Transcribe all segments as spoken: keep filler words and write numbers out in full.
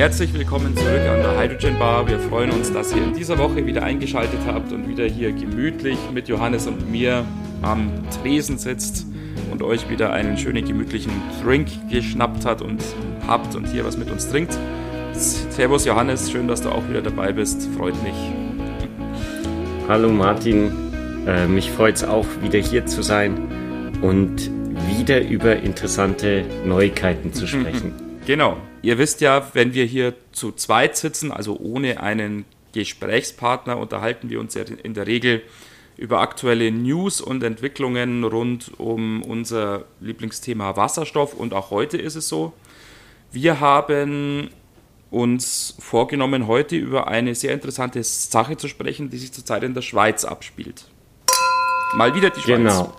Herzlich willkommen zurück an der Hydrogen Bar. Wir freuen uns, dass ihr in dieser Woche wieder eingeschaltet habt und wieder hier gemütlich mit Johannes und mir am Tresen sitzt und euch wieder einen schönen gemütlichen Drink geschnappt hat und habt und hier was mit uns trinkt. Servus Johannes, schön, dass du auch wieder dabei bist, freut mich. Hallo Martin, äh, mich freut es auch, wieder hier zu sein und wieder über interessante Neuigkeiten zu sprechen. Genau, ihr wisst ja, wenn wir hier zu zweit sitzen, also ohne einen Gesprächspartner, unterhalten wir uns ja in der Regel über aktuelle News und Entwicklungen rund um unser Lieblingsthema Wasserstoff, und auch heute ist es so. Wir haben uns vorgenommen, heute über eine sehr interessante Sache zu sprechen, die sich zurzeit in der Schweiz abspielt. Mal wieder die Schweiz. Genau.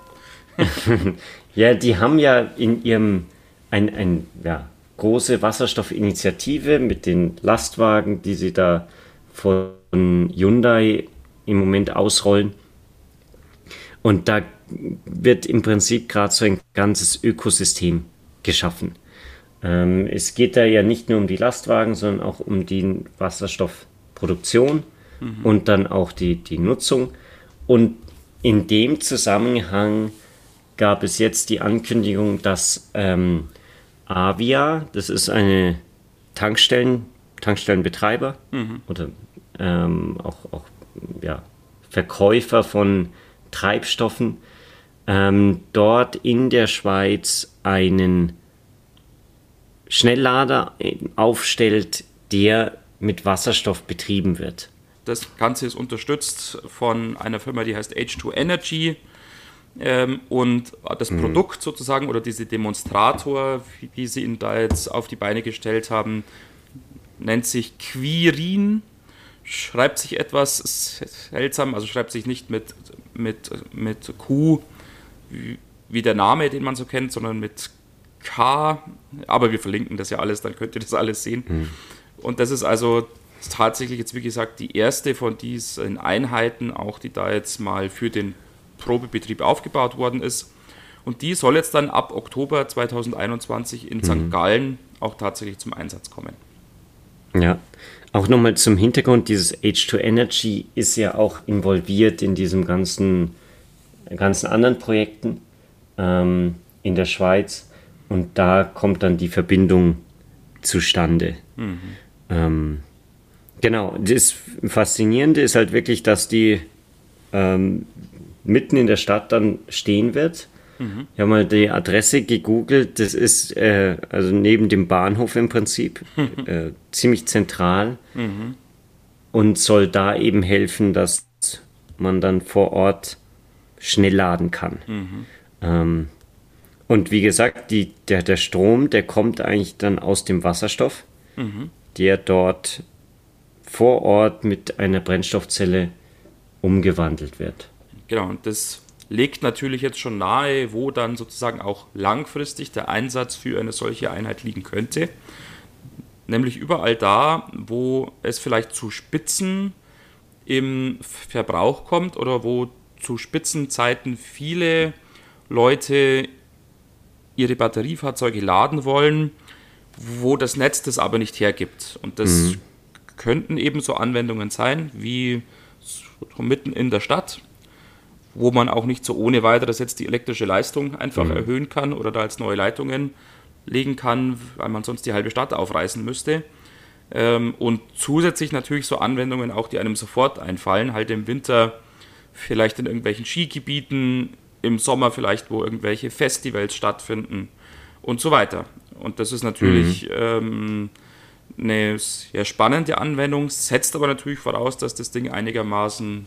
Ja, die haben ja in ihrem ein, ein, ja, große Wasserstoffinitiative mit den Lastwagen, die sie da von Hyundai im Moment ausrollen. Und da wird im Prinzip gerade so ein ganzes Ökosystem geschaffen. Ähm, es geht da ja nicht nur um die Lastwagen, sondern auch um die Wasserstoffproduktion mhm. und dann auch die, die Nutzung. Und in dem Zusammenhang gab es jetzt die Ankündigung, dass ähm, Avia, das ist eine Tankstellen, Tankstellenbetreiber mhm. oder ähm, auch, auch ja, Verkäufer von Treibstoffen, ähm, dort in der Schweiz einen Schnelllader aufstellt, der mit Wasserstoff betrieben wird. Das Ganze ist unterstützt von einer Firma, die heißt H zwei Energy. Ähm, und das mhm. Produkt sozusagen oder diese Demonstrator, wie sie ihn da jetzt auf die Beine gestellt haben, nennt sich Quirin, schreibt sich etwas seltsam, also schreibt sich nicht mit, mit, mit Q wie, wie der Name, den man so kennt, sondern mit K, aber wir verlinken das ja alles, dann könnt ihr das alles sehen. Mhm. Und das ist also tatsächlich jetzt, wie gesagt, die erste von diesen Einheiten, auch die da jetzt mal für den Probebetrieb aufgebaut worden ist. Und die soll jetzt dann ab Oktober zweitausendeinundzwanzig in mhm. Sankt Gallen auch tatsächlich zum Einsatz kommen. Ja, auch nochmal zum Hintergrund, dieses H zwei Energy ist ja auch involviert in diesem ganzen, ganzen anderen Projekten ähm, in der Schweiz. Und da kommt dann die Verbindung zustande. Mhm. Ähm, genau, das Faszinierende ist halt wirklich, dass die ähm, mitten in der Stadt dann stehen wird. Mhm. Ich habe mal die Adresse gegoogelt. Das ist äh, also neben dem Bahnhof im Prinzip äh, ziemlich zentral mhm. und soll da eben helfen, dass man dann vor Ort schnell laden kann. Mhm. Ähm, Und wie gesagt, die, der, der Strom, der kommt eigentlich dann aus dem Wasserstoff, mhm. der dort vor Ort mit einer Brennstoffzelle umgewandelt wird. Genau, und das legt natürlich jetzt schon nahe, wo dann sozusagen auch langfristig der Einsatz für eine solche Einheit liegen könnte. Nämlich überall da, wo es vielleicht zu Spitzen im Verbrauch kommt oder wo zu Spitzenzeiten viele Leute ihre Batteriefahrzeuge laden wollen, wo das Netz das aber nicht hergibt. Und das mhm. könnten eben so Anwendungen sein, wie so mitten in der Stadt, wo man auch nicht so ohne weiteres jetzt die elektrische Leistung einfach mhm. erhöhen kann oder da als neue Leitungen legen kann, weil man sonst die halbe Stadt aufreißen müsste. Und zusätzlich natürlich so Anwendungen auch, die einem sofort einfallen, halt im Winter vielleicht in irgendwelchen Skigebieten, im Sommer vielleicht, wo irgendwelche Festivals stattfinden und so weiter. Und das ist natürlich mhm. ähm, eine sehr spannende Anwendung, setzt aber natürlich voraus, dass das Ding einigermaßen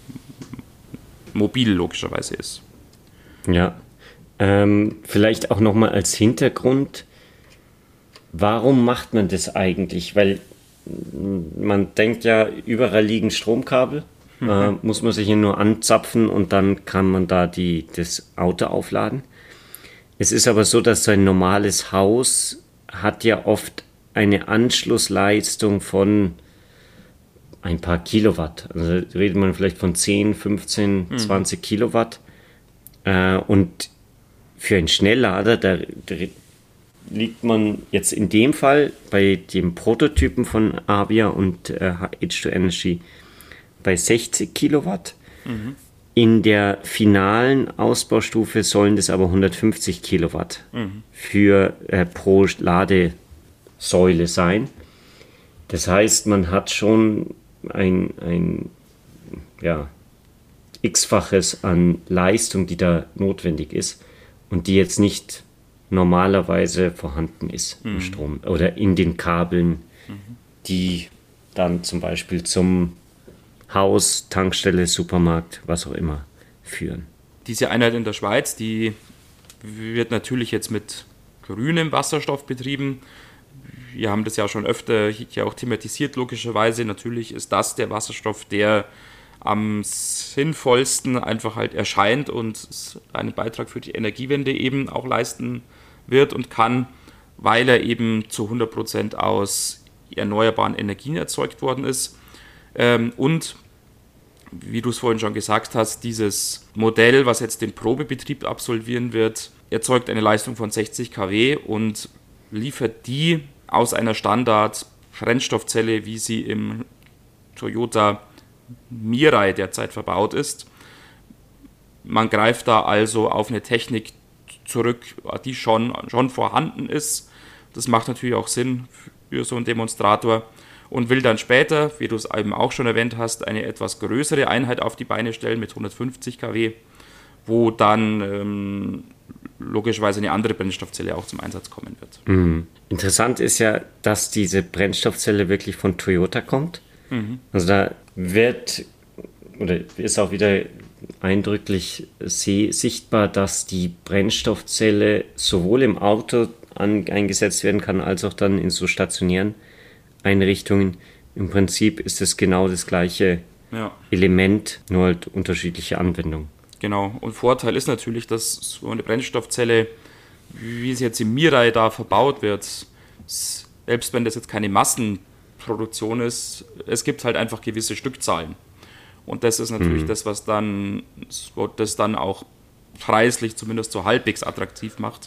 mobil logischerweise ist. Ja, ähm, vielleicht auch nochmal als Hintergrund, warum macht man das eigentlich? Weil man denkt ja, überall liegen Stromkabel. Äh, muss man sich hier nur anzapfen und dann kann man da die, das Auto aufladen. Es ist aber so, dass so ein normales Haus hat ja oft eine Anschlussleistung von ein paar Kilowatt. Also redet man vielleicht von zehn, fünfzehn, mhm. zwanzig Kilowatt. Äh, und für einen Schnelllader, da, liegt man jetzt in dem Fall bei dem Prototypen von Avia und äh, H zwei Energy bei sechzig Kilowatt. Mhm. In der finalen Ausbaustufe sollen das aber hundertfünfzig Kilowatt mhm. für äh, pro Ladesäule sein. Das heißt, man hat schon ein, ein ja, x-faches an Leistung, die da notwendig ist und die jetzt nicht normalerweise vorhanden ist mhm. im Strom oder in den Kabeln, mhm. die dann zum Beispiel zum Haus, Tankstelle, Supermarkt, was auch immer führen. Diese Einheit in der Schweiz, die wird natürlich jetzt mit grünem Wasserstoff betrieben. Wir haben das ja schon öfter hier auch thematisiert, logischerweise. Natürlich ist das der Wasserstoff, der am sinnvollsten einfach halt erscheint und einen Beitrag für die Energiewende eben auch leisten wird und kann, weil er eben zu hundert Prozent aus erneuerbaren Energien erzeugt worden ist. Und wie du es vorhin schon gesagt hast, dieses Modell, was jetzt den Probebetrieb absolvieren wird, erzeugt eine Leistung von sechzig Kilowatt und liefert die aus einer Standard-Brennstoffzelle, wie sie im Toyota Mirai derzeit verbaut ist. Man greift da also auf eine Technik zurück, die schon, schon vorhanden ist. Das macht natürlich auch Sinn für so einen Demonstrator und will dann später, wie du es eben auch schon erwähnt hast, eine etwas größere Einheit auf die Beine stellen mit hundertfünfzig Kilowatt, wo dann ähm, logischerweise eine andere Brennstoffzelle auch zum Einsatz kommen wird. Mhm. Interessant ist ja, dass diese Brennstoffzelle wirklich von Toyota kommt. Mhm. Also da wird, oder ist auch wieder eindrücklich seh, sichtbar, dass die Brennstoffzelle sowohl im Auto an, eingesetzt werden kann, als auch dann in so stationären Einrichtungen. Im Prinzip ist es genau das gleiche ja. Element, nur halt unterschiedliche Anwendungen. Genau, und Vorteil ist natürlich, dass so eine Brennstoffzelle, wie sie jetzt im Mirai da verbaut wird, selbst wenn das jetzt keine Massenproduktion ist, es gibt halt einfach gewisse Stückzahlen. Und das ist natürlich mhm. das, was dann das dann auch preislich zumindest so halbwegs attraktiv macht,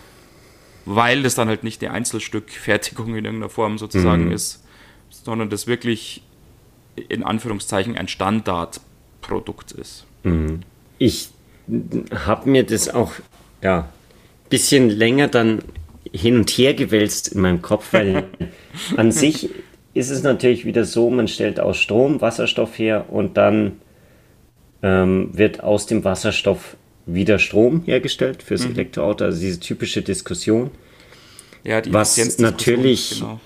weil das dann halt nicht eine Einzelstückfertigung in irgendeiner Form sozusagen mhm. ist, sondern das wirklich in Anführungszeichen ein Standardprodukt ist. Mhm. Ich habe mir das auch ja ein bisschen länger dann hin und her gewälzt in meinem Kopf, weil an sich ist es natürlich wieder so, man stellt aus Strom Wasserstoff her und dann ähm, wird aus dem Wasserstoff wieder Strom hergestellt fürs mhm. Elektroauto, also diese typische Diskussion. Ja, die was natürlich, genau.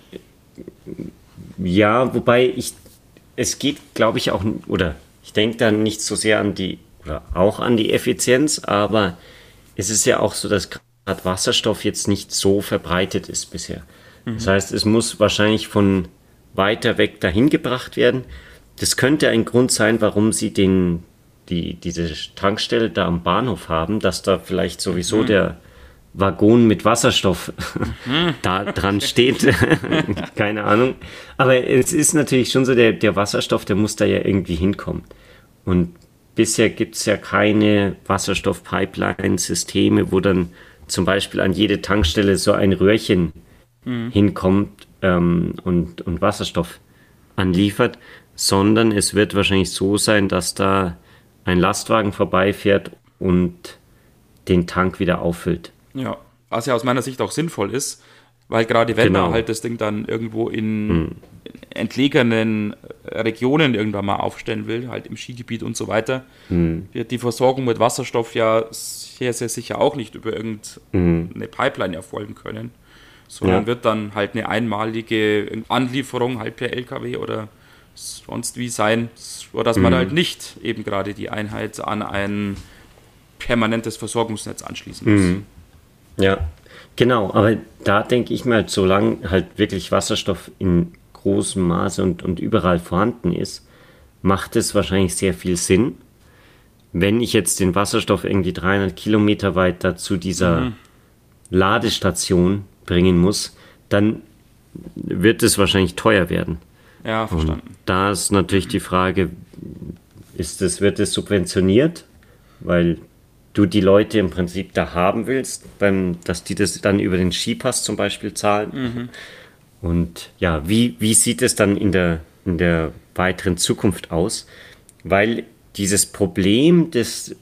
ja, wobei ich, es geht, glaube ich, auch, oder ich denke dann nicht so sehr an die, oder auch an die Effizienz, aber es ist ja auch so, dass gerade Wasserstoff jetzt nicht so verbreitet ist bisher. Mhm. Das heißt, es muss wahrscheinlich von weiter weg dahin gebracht werden. Das könnte ein Grund sein, warum sie den, die, diese Tankstelle da am Bahnhof haben, dass da vielleicht sowieso mhm. der Waggon mit Wasserstoff mhm. da dran steht. Keine Ahnung. Aber es ist natürlich schon so, der, der Wasserstoff, der muss da ja irgendwie hinkommen. Und bisher gibt es ja keine Wasserstoff-Pipeline-Systeme, wo dann zum Beispiel an jede Tankstelle so ein Röhrchen mhm. hinkommt ähm, und, und Wasserstoff anliefert, sondern es wird wahrscheinlich so sein, dass da ein Lastwagen vorbeifährt und den Tank wieder auffüllt. Ja, was ja aus meiner Sicht auch sinnvoll ist, weil gerade wenn genau. man halt das Ding dann irgendwo in mhm. entlegenen Regionen irgendwann mal aufstellen will, halt im Skigebiet und so weiter, mhm. wird die Versorgung mit Wasserstoff ja sehr, sehr sicher auch nicht über irgendeine mhm. Pipeline erfolgen können, sondern ja. wird dann halt eine einmalige Anlieferung halt per L K W oder sonst wie sein, sodass mhm. man halt nicht eben gerade die Einheit an ein permanentes Versorgungsnetz anschließen muss. Mhm. Ja, genau, aber da denke ich mal, solange halt wirklich Wasserstoff in großem Maße und, und überall vorhanden ist, macht es wahrscheinlich sehr viel Sinn. Wenn ich jetzt den Wasserstoff irgendwie dreihundert Kilometer weiter zu dieser mhm. Ladestation bringen muss, dann wird es wahrscheinlich teuer werden. Ja, verstanden. Und da ist natürlich die Frage, ist das, wird es subventioniert? Weil du die Leute im Prinzip da haben willst, beim, dass die das dann über den Skipass zum Beispiel zahlen. Mhm. Und ja, wie, wie sieht es dann in der, in der weiteren Zukunft aus? Weil dieses Problem, das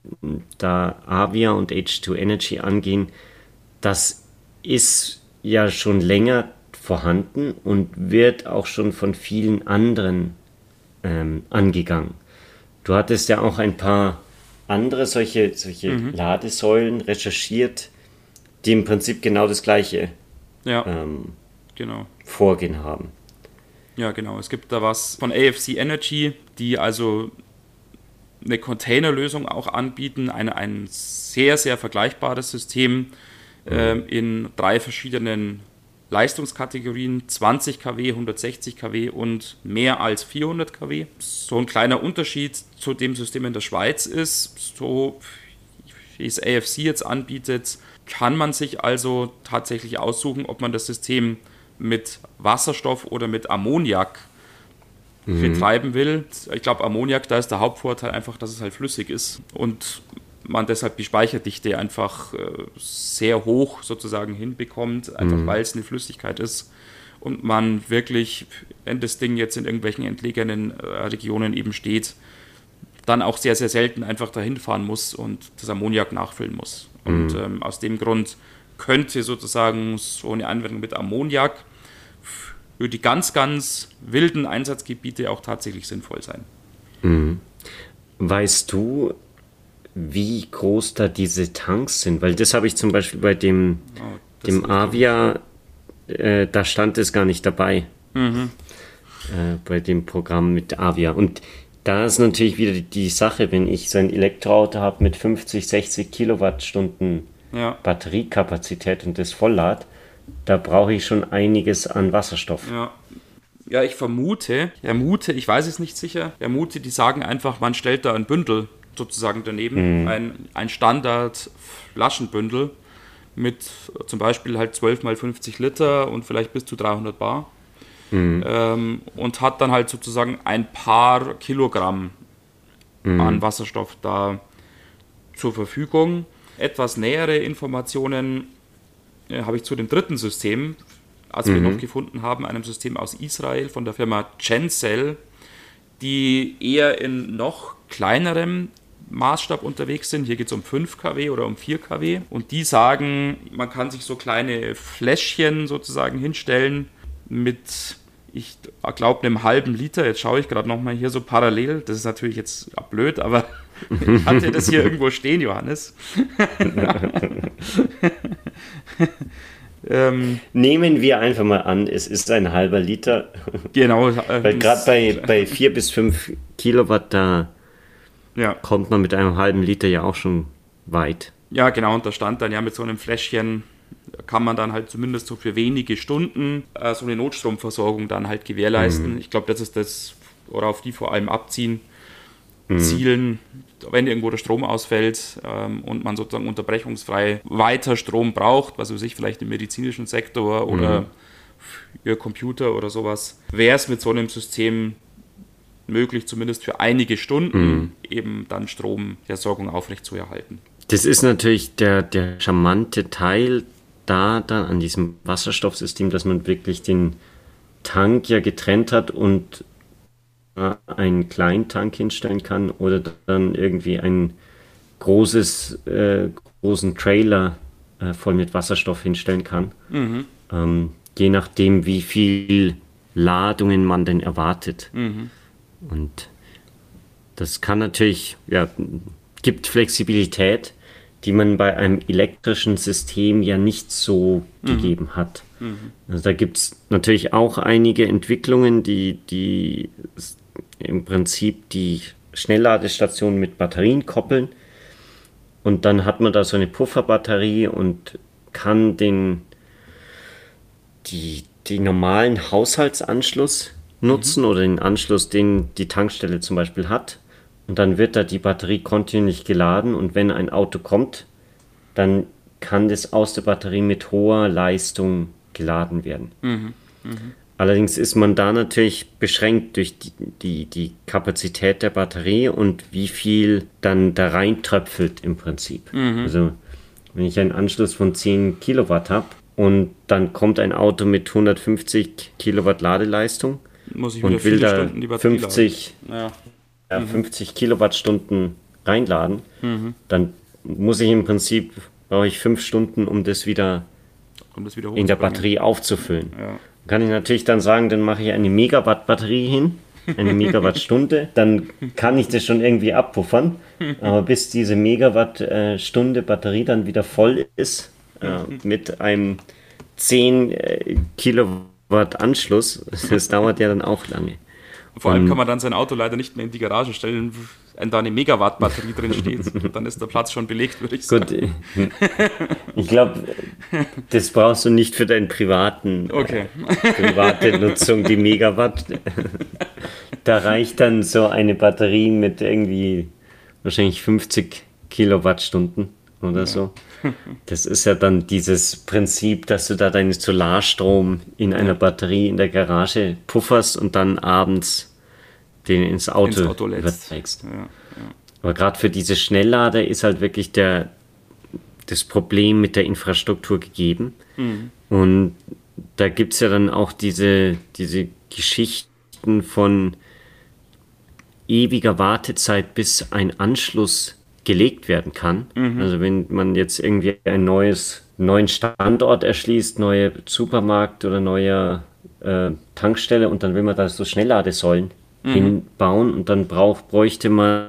da Avia und H zwei Energy angehen, das ist ja schon länger vorhanden und wird auch schon von vielen anderen ähm, angegangen. Du hattest ja auch ein paar andere solche, solche mhm. Ladesäulen recherchiert, die im Prinzip genau das gleiche ja, ähm, genau. Vorgehen haben. Ja, genau. Es gibt da was von A F C Energy, die also eine Containerlösung auch anbieten, eine, ein sehr, sehr vergleichbares System mhm. ähm, in drei verschiedenen Leistungskategorien, zwanzig Kilowatt, hundertsechzig Kilowatt und mehr als vierhundert Kilowatt. So ein kleiner Unterschied zu dem System in der Schweiz ist, so wie es A F C jetzt anbietet, kann man sich also tatsächlich aussuchen, ob man das System mit Wasserstoff oder mit Ammoniak mhm. betreiben will. Ich glaube, Ammoniak, da ist der Hauptvorteil einfach, dass es halt flüssig ist und man deshalb die Speicherdichte einfach sehr hoch sozusagen hinbekommt, einfach mhm. weil es eine Flüssigkeit ist und man wirklich, wenn das Ding jetzt in irgendwelchen entlegenen Regionen eben steht, dann auch sehr, sehr selten einfach dahin fahren muss und das Ammoniak nachfüllen muss. Mhm. Und ähm, aus dem Grund könnte sozusagen so eine Anwendung mit Ammoniak für die ganz, ganz wilden Einsatzgebiete auch tatsächlich sinnvoll sein. Mhm. Weißt du, wie groß da diese Tanks sind? Weil das habe ich zum Beispiel bei dem, oh, dem Avia, äh, da stand es gar nicht dabei. Mhm. Äh, bei dem Programm mit Avia. Und da ist natürlich wieder die Sache, wenn ich so ein Elektroauto habe mit fünfzig, sechzig Kilowattstunden ja. Batteriekapazität und das volllad, da brauche ich schon einiges an Wasserstoff. Ja. Ja, ich vermute, vermute, ich weiß es nicht sicher, vermute, die sagen einfach, man stellt da ein Bündel sozusagen daneben, mhm. ein, ein Standard-Flaschenbündel mit zum Beispiel halt zwölf mal fünfzig Liter und vielleicht bis zu dreihundert Bar mhm. ähm, und hat dann halt sozusagen ein paar Kilogramm mhm. an Wasserstoff da zur Verfügung. Etwas nähere Informationen äh, habe ich zu dem dritten System, als wir mhm. noch gefunden haben, einem System aus Israel von der Firma Gencell, die eher in noch kleinerem Maßstab unterwegs sind. Hier geht es um fünf Kilowatt oder um vier Kilowatt. Und die sagen, man kann sich so kleine Fläschchen sozusagen hinstellen mit, ich glaube, einem halben Liter. Jetzt schaue ich gerade nochmal hier so parallel. Das ist natürlich jetzt blöd, aber ich hatte das hier irgendwo stehen, Johannes. Ähm, Nehmen wir einfach mal an, es ist ein halber Liter. Genau. Weil gerade bei, bei vier bis fünf Kilowatt, da ja. kommt man mit einem halben Liter ja auch schon weit. Ja, genau. Und da stand dann ja mit so einem Fläschchen, kann man dann halt zumindest so für wenige Stunden äh, so eine Notstromversorgung dann halt gewährleisten. Mhm. Ich glaube, das ist das, worauf die vor allem abzielen. Mhm. Zielen, wenn irgendwo der Strom ausfällt ähm, und man sozusagen unterbrechungsfrei weiter Strom braucht, was weiß ich, vielleicht im medizinischen Sektor oder mhm. für Computer oder sowas, wäre es mit so einem System möglich, zumindest für einige Stunden mhm. eben dann Stromversorgung aufrechtzuerhalten. Das ist natürlich der, der charmante Teil da dann an diesem Wasserstoffsystem, dass man wirklich den Tank ja getrennt hat und einen kleinen Tank hinstellen kann oder dann irgendwie ein großes, äh, großen Trailer äh, voll mit Wasserstoff hinstellen kann. Mhm. Ähm, je nachdem, wie viel Ladungen man denn erwartet. Mhm. Und das kann natürlich, ja, gibt Flexibilität, die man bei einem elektrischen System ja nicht so mhm. gegeben hat. Mhm. Also da gibt es natürlich auch einige Entwicklungen, die, die im Prinzip die Schnellladestation mit Batterien koppeln und dann hat man da so eine Pufferbatterie und kann den die, die normalen Haushaltsanschluss nutzen mhm. oder den Anschluss, den die Tankstelle zum Beispiel hat, und dann wird da die Batterie kontinuierlich geladen und wenn ein Auto kommt, dann kann das aus der Batterie mit hoher Leistung geladen werden. Mhm. Mhm. Allerdings ist man da natürlich beschränkt durch die, die, die Kapazität der Batterie und wie viel dann da reintröpfelt im Prinzip. Mhm. Also wenn ich einen Anschluss von zehn Kilowatt habe und dann kommt ein Auto mit hundertfünfzig Kilowatt Ladeleistung muss ich und will da fünfzig, ja. Ja, Mhm. fünfzig Kilowattstunden reinladen, mhm. dann muss ich im Prinzip, brauche ich fünf Stunden, um das wieder, um das wieder in der Batterie aufzufüllen. Ja. Kann ich natürlich dann sagen, dann mache ich eine Megawatt-Batterie hin, eine Megawattstunde, dann kann ich das schon irgendwie abpuffern, aber bis diese Megawattstunde Batterie dann wieder voll ist, äh, mit einem zehn äh, Kilowatt Anschluss, das dauert ja dann auch lange. Vor allem kann man dann sein Auto leider nicht mehr in die Garage stellen, wenn da eine Megawatt-Batterie drin steht. Dann ist der Platz schon belegt, würde ich sagen. Gut, ich glaube, das brauchst du nicht für deinen privaten, okay. äh, private Nutzung, die Megawatt. Da reicht dann so eine Batterie mit irgendwie wahrscheinlich fünfzig Kilowattstunden oder ja. so. Das ist ja dann dieses Prinzip, dass du da deinen Solarstrom in einer ja. Batterie in der Garage pufferst und dann abends den ins Auto, ins Auto überträgst. Ja, ja. Aber gerade für diese Schnelllader ist halt wirklich der, das Problem mit der Infrastruktur gegeben. Mhm. Und da gibt es ja dann auch diese, diese Geschichten von ewiger Wartezeit, bis ein Anschluss gelegt werden kann. Mhm. Also wenn man jetzt irgendwie ein neues, neuen Standort erschließt, neue Supermarkt oder neue äh, Tankstelle und dann will man da so Schnellladesäulen mhm. hinbauen und dann braucht, bräuchte man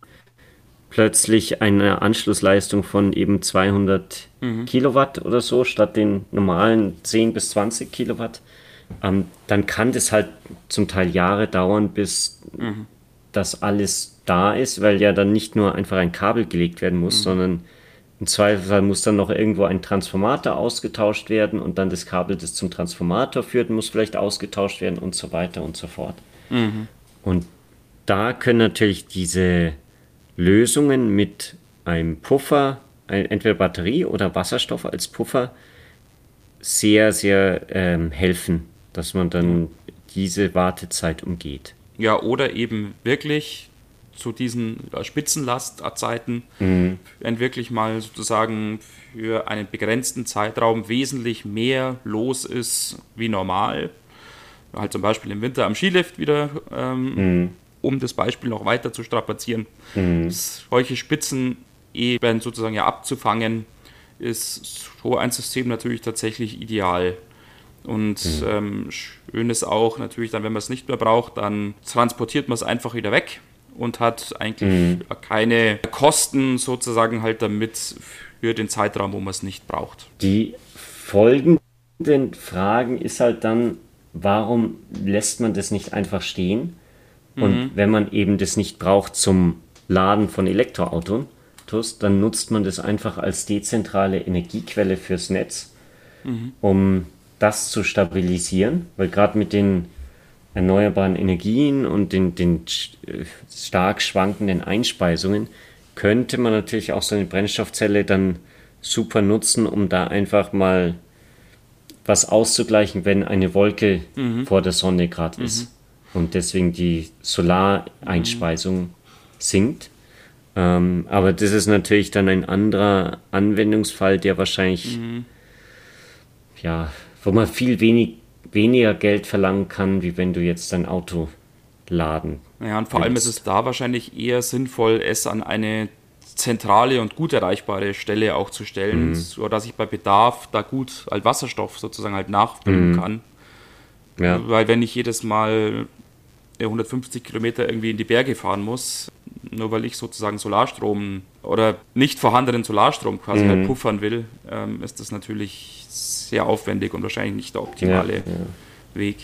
plötzlich eine Anschlussleistung von eben zweihundert mhm. Kilowatt oder so statt den normalen zehn bis zwanzig Kilowatt. Ähm, dann kann das halt zum Teil Jahre dauern, bis mhm. das alles da ist, weil ja dann nicht nur einfach ein Kabel gelegt werden muss, mhm. sondern im Zweifelsfall muss dann noch irgendwo ein Transformator ausgetauscht werden und dann das Kabel, das zum Transformator führt, muss vielleicht ausgetauscht werden und so weiter und so fort. Mhm. Und da können natürlich diese Lösungen mit einem Puffer, entweder Batterie oder Wasserstoff als Puffer, sehr, sehr ähm, helfen, dass man dann diese Wartezeit umgeht. Ja, oder eben wirklich zu diesen Spitzenlastzeiten, mhm. wenn wirklich mal sozusagen für einen begrenzten Zeitraum wesentlich mehr los ist wie normal, halt zum Beispiel im Winter am Skilift wieder, ähm, mhm. um das Beispiel noch weiter zu strapazieren. Mhm. Solche Spitzen eben sozusagen ja abzufangen, ist so ein System natürlich tatsächlich ideal. Und mhm. ähm, schön ist auch natürlich dann, wenn man es nicht mehr braucht, dann transportiert man es einfach wieder weg und hat eigentlich mhm. keine Kosten sozusagen halt damit für den Zeitraum, wo man es nicht braucht. Die folgenden Fragen ist halt dann, warum lässt man das nicht einfach stehen? Und mhm. wenn man eben das nicht braucht zum Laden von Elektroautos, dann nutzt man das einfach als dezentrale Energiequelle fürs Netz, mhm. um das zu stabilisieren, weil gerade mit den erneuerbaren Energien und den, den stark schwankenden Einspeisungen könnte man natürlich auch so eine Brennstoffzelle dann super nutzen, um da einfach mal was auszugleichen, wenn eine Wolke mhm. vor der Sonne gerade ist mhm. und deswegen die Solareinspeisung mhm. sinkt. Ähm, aber das ist natürlich dann ein anderer Anwendungsfall, der wahrscheinlich mhm. ja, wo man viel wenig, weniger Geld verlangen kann, wie wenn du jetzt dein Auto laden Ja, und vor willst. allem ist es da wahrscheinlich eher sinnvoll, es an eine zentrale und gut erreichbare Stelle auch zu stellen, mhm. sodass ich bei Bedarf da gut als Wasserstoff sozusagen halt nachfüllen mhm. kann. Ja. Weil wenn ich jedes Mal hundertfünfzig Kilometer irgendwie in die Berge fahren muss, nur weil ich sozusagen Solarstrom oder nicht vorhandenen Solarstrom quasi mhm. halt puffern will, ähm, ist das natürlich sehr aufwendig und wahrscheinlich nicht der optimale ja, ja. Weg.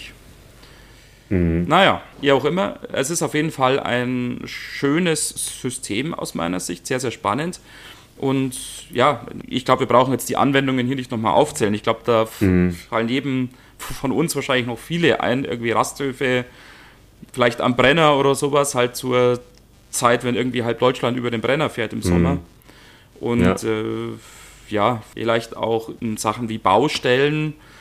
Mhm. Naja, wie auch immer, es ist auf jeden Fall ein schönes System aus meiner Sicht, sehr, sehr spannend. Und ja, ich glaube, wir brauchen jetzt die Anwendungen hier nicht nochmal aufzählen. Ich glaube, da mhm. fallen jedem von uns wahrscheinlich noch viele ein, irgendwie Rasthöfe, vielleicht am Brenner oder sowas, halt zur Zeit, wenn irgendwie halb Deutschland über den Brenner fährt im Sommer. Mhm. Und ja. Äh, ja, vielleicht auch in Sachen wie Baustellen,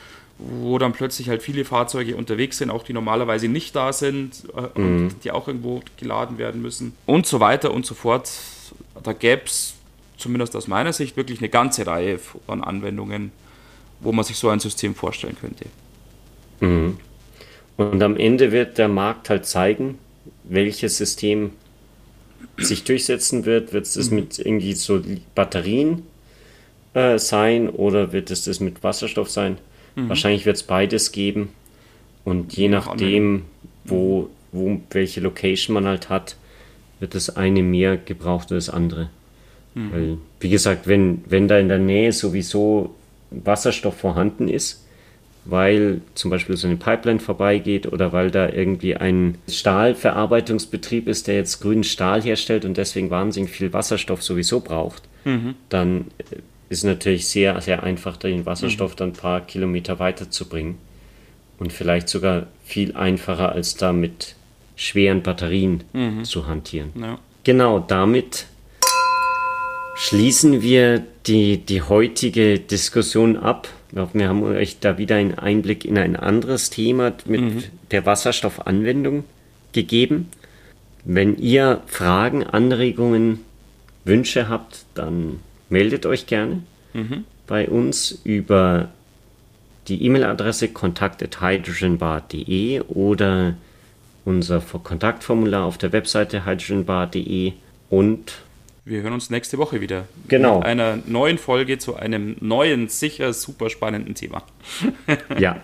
wo dann plötzlich halt viele Fahrzeuge unterwegs sind, auch die normalerweise nicht da sind äh, und Mhm. die auch irgendwo geladen werden müssen und so weiter und so fort. Da gäbe es zumindest aus meiner Sicht wirklich eine ganze Reihe von Anwendungen, wo man sich so ein System vorstellen könnte. Mhm. Und am Ende wird der Markt halt zeigen, welches System sich durchsetzen wird. Wird es das mit irgendwie so Batterien äh, sein oder wird es das mit Wasserstoff sein? Wahrscheinlich wird es beides geben. Und je nach nachdem, wo, wo welche Location man halt hat, wird das eine mehr gebraucht als das andere. Weil, wie gesagt, wenn, wenn da in der Nähe sowieso Wasserstoff vorhanden ist, weil zum Beispiel so eine Pipeline vorbeigeht oder weil da irgendwie ein Stahlverarbeitungsbetrieb ist, der jetzt grünen Stahl herstellt und deswegen wahnsinnig viel Wasserstoff sowieso braucht, Mhm. dann ist natürlich sehr, sehr einfach, den Wasserstoff dann ein paar Kilometer weiterzubringen und vielleicht sogar viel einfacher als da mit schweren Batterien zu hantieren. Ja. Genau, damit schließen wir die, die heutige Diskussion ab. Ich glaube, wir haben euch da wieder einen Einblick in ein anderes Thema mit der Wasserstoffanwendung gegeben. Wenn ihr Fragen, Anregungen, Wünsche habt, dann meldet euch gerne bei uns über die E-Mail-Adresse kontakt at hydrogenbar punkt de oder unser Kontaktformular auf der Webseite hydrogenbar punkt de und Wir hören uns nächste Woche wieder. Genau. Mit einer neuen Folge zu einem neuen, sicher super spannenden Thema. ja,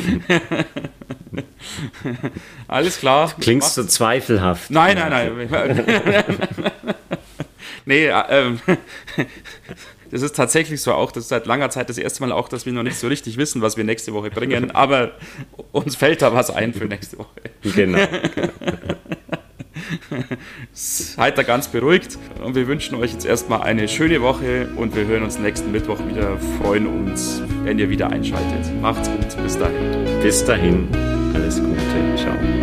Alles klar. klingst Macht's- du zweifelhaft. Nein, nein, nein. nee, äh, ähm, das ist tatsächlich so auch, das ist seit langer Zeit das erste Mal auch, dass wir noch nicht so richtig wissen, was wir nächste Woche bringen, aber uns fällt da was ein für nächste Woche. Genau. Seid da ganz beruhigt und wir wünschen euch jetzt erstmal eine schöne Woche und wir hören uns nächsten Mittwoch wieder. Freuen uns, wenn ihr wieder einschaltet. Macht's gut, bis dahin. Bis dahin, alles Gute, ciao.